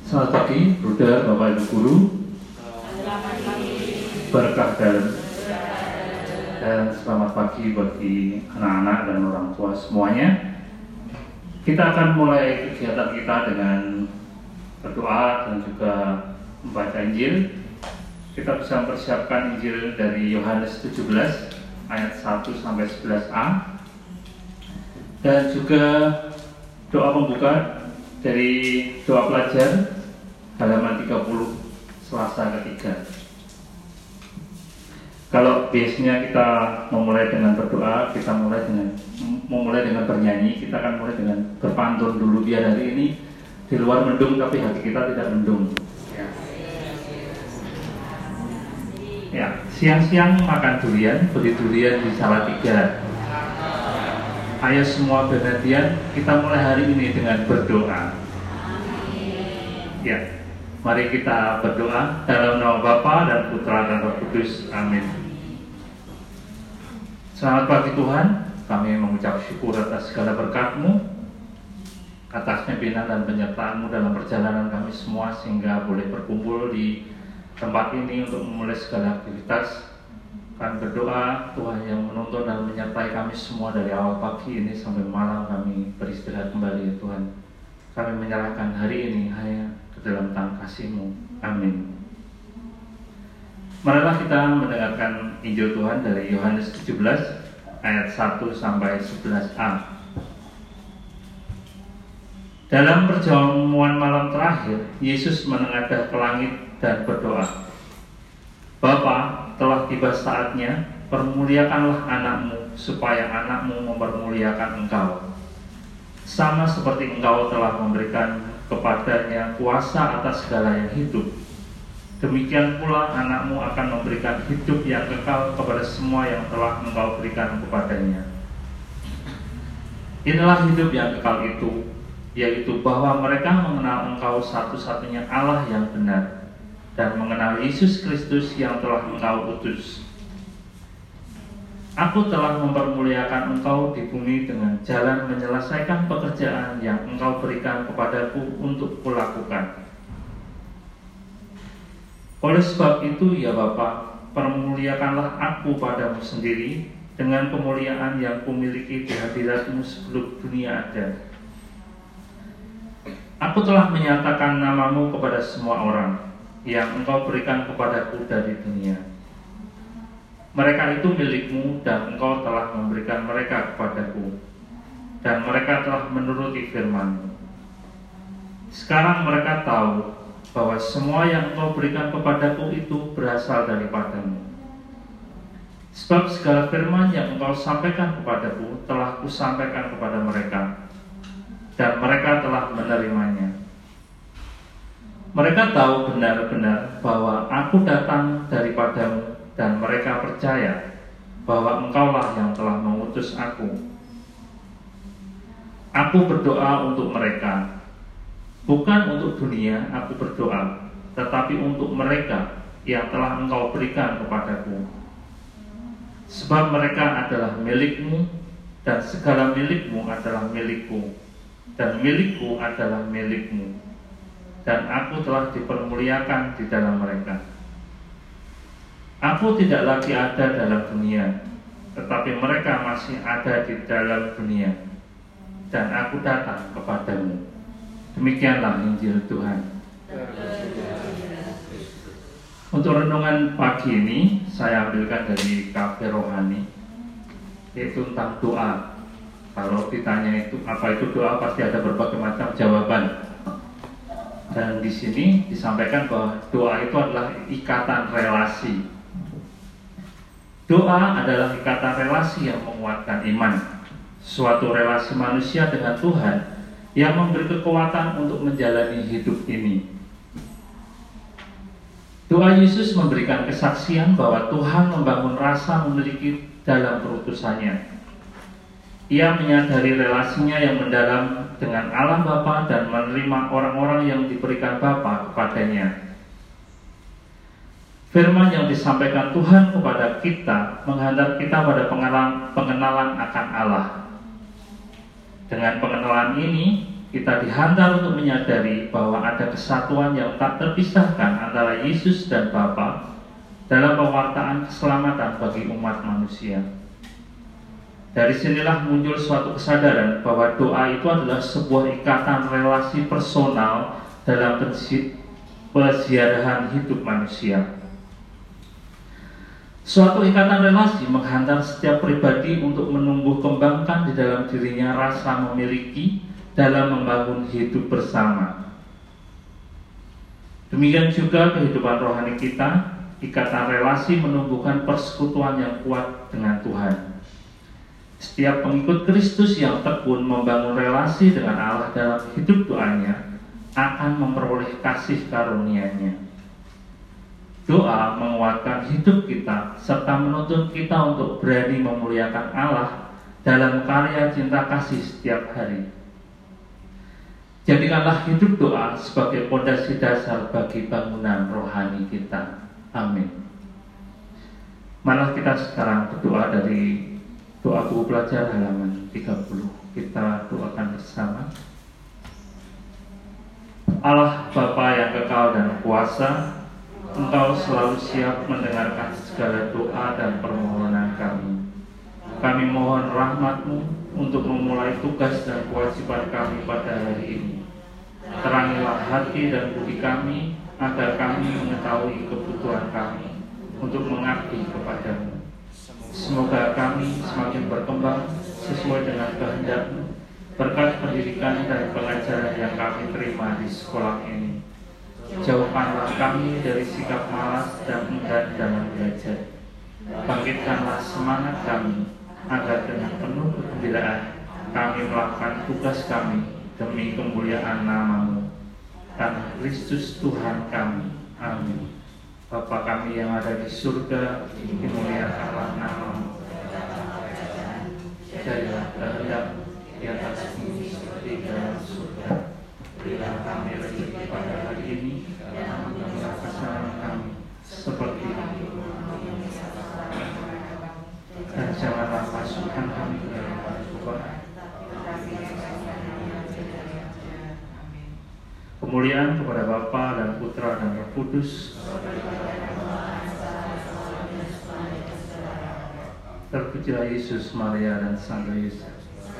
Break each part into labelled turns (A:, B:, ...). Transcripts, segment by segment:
A: Selamat pagi, Bruder, Bapak Ibu Guru. Berkah dan selamat pagi bagi anak-anak dan orang tua semuanya. Kita akan mulai kegiatan kita dengan berdoa dan juga membaca Injil. Kita bisa mempersiapkan Injil dari Yohanes 17 ayat 1 sampai 11a, dan juga doa pembuka dari doa pelajar halaman 30 Selasa ketiga. Kalau biasanya kita memulai dengan berdoa, kita memulai dengan bernyanyi, kita akan mulai dengan berpantun dulu, biar hari ini di luar mendung tapi hati kita tidak mendung. Ya, siang-siang makan durian, beli durian di Salatiga. Ayo semua perhatian, kita mulai hari ini dengan berdoa. Ya, mari kita berdoa dalam nama Bapa dan Putra dan Roh Kudus. Amin. Selamat pagi Tuhan, kami mengucap syukur atas segala berkat-Mu, atas pimpinan dan penyertaan-Mu dalam perjalanan kami semua, sehingga boleh berkumpul di tempat ini untuk memulai segala aktivitas. Kami berdoa Tuhan yang menuntun dan menyertai kami semua dari awal pagi ini sampai malam kami beristirahat kembali ya Tuhan. Kami menyerahkan hari ini hanya ke dalam tangan kasih-Mu. Amin. Marilah kita mendengarkan Injil Tuhan dari Yohanes 17 ayat 1 sampai 11a. Dalam perjamuan malam terakhir, Yesus menengadah ke langit dan berdoa, Bapa, telah tiba saatnya, permuliakanlah anak-Mu, supaya anak-Mu mempermuliakan Engkau. Sama seperti Engkau telah memberikan kepadanya kuasa atas segala yang hidup, demikian pula anak-Mu akan memberikan hidup yang kekal kepada semua yang telah Engkau berikan kepadanya. Inilah hidup yang kekal itu, yaitu bahwa mereka mengenal Engkau satu-satunya Allah yang benar, dan mengenal Yesus Kristus yang telah Engkau utus. Aku telah mempermuliakan Engkau di bumi dengan jalan menyelesaikan pekerjaan yang Engkau berikan kepadaku untuk kulakukan. Oleh sebab itu, ya Bapa, permuliakanlah aku padamu sendiri dengan kemuliaan yang kumiliki di hadirat-Mu sebelum dunia ada. Aku telah menyatakan nama-Mu kepada semua orang yang Engkau berikan kepadaku dari dunia. Mereka itu milik-Mu dan Engkau telah memberikan mereka kepadaku, dan mereka telah menuruti firman-Mu. Sekarang mereka tahu bahwa semua yang Engkau berikan kepadaku itu berasal daripada-Mu. Sebab segala firman yang Engkau sampaikan kepadaku telah Kusampaikan kepada mereka, dan mereka telah menerimanya. Mereka tahu benar-benar bahwa Aku datang daripada-Mu, dan mereka percaya bahwa Engkaulah yang telah mengutus Aku. Aku berdoa untuk mereka, bukan untuk dunia Aku berdoa, tetapi untuk mereka yang telah Engkau berikan kepadaku. Sebab mereka adalah milik-Mu, dan segala milik-Mu adalah milik-Ku, dan milik-Ku adalah milik-Mu, dan Aku telah dipermuliakan di dalam mereka. Aku tidak lagi ada dalam dunia, tetapi mereka masih ada di dalam dunia, dan Aku datang kepadamu. Demikianlah Injil Tuhan. Untuk renungan pagi ini, saya ambilkan dari Kafe Rohani, yaitu tentang doa. Kalau ditanya itu apa itu doa, pasti ada berbagai macam jawaban. Dan di sini disampaikan bahwa doa itu adalah ikatan relasi. Doa adalah ikatan relasi yang menguatkan iman, suatu relasi manusia dengan Tuhan yang memberi kekuatan untuk menjalani hidup ini. Doa Yesus memberikan kesaksian bahwa Tuhan membangun rasa memiliki dalam perutusannya. Ia menyadari relasinya yang mendalam dengan Allah Bapa dan menerima orang-orang yang diberikan Bapa kepadanya. Firman yang disampaikan Tuhan kepada kita menghantar kita pada pengenalan akan Allah. Dengan pengenalan ini, Kita dihantar untuk menyadari bahwa ada kesatuan yang tak terpisahkan antara Yesus dan Bapa dalam pewartaan keselamatan bagi umat manusia. Dari sinilah muncul suatu kesadaran bahwa doa itu adalah sebuah ikatan relasi personal dalam peziarahan hidup manusia. Suatu ikatan relasi menghantar setiap pribadi untuk menumbuh kembangkan di dalam dirinya rasa memiliki dalam membangun hidup bersama. Demikian juga kehidupan rohani kita, ikatan relasi menumbuhkan persekutuan yang kuat dengan Tuhan. Setiap pengikut Kristus yang tekun membangun relasi dengan Allah dalam hidup doanya akan memperoleh kasih karunia-Nya. Doa menguatkan hidup kita serta menuntun kita untuk berani memuliakan Allah dalam karya cinta kasih setiap hari. Jadikanlah hidup doa sebagai fondasi dasar bagi bangunan rohani kita. Amin. Marilah kita sekarang berdoa dari doa buku pelajar halaman 30. Kita doakan bersama. Allah Bapa yang kekal dan kuasa, Engkau selalu siap mendengarkan segala doa dan permohonan kami. Kami mohon rahmat-Mu untuk memulai tugas dan kewajiban kami pada hari ini. Terangilah hati dan budi kami, agar kami mengetahui kebutuhan kami untuk mengabdi kepada-Mu. Semoga kami semakin berkembang sesuai dengan kehendak-Mu berkat pendidikan dan pengajaran yang kami terima di sekolah ini. Jauhkanlah kami dari sikap malas dan enggan dalam belajar. Bangkitkanlah semangat kami, agar dengan penuh kegembiraan kami melakukan tugas kami demi kemuliaan nama-Mu, karena Kristus Tuhan kami. Amin. Bapa kami yang ada di surga, dimuliakanlah nama-Mu. Jadilah kehendak-Mu di atas bumi seperti dalam surga. Berilah kami rezeki pada hari ini, dan ampunilah kesalahan kami seperti dan janganlah masukkan kami ke dalam pencobaan. Kemuliaan kepada Bapa dan Putra dan Roh Kudus. Terpujilah Yesus, Maria dan Santo Yesus.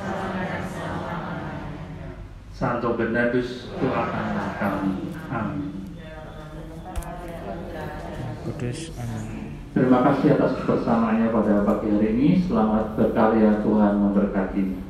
A: Santo Bernardus, doakanlah kami. Amin.
B: Kudus, amin.
A: Terima kasih atas kebersamaannya pada pagi hari ini. Selamat berkarya, Tuhan memberkati.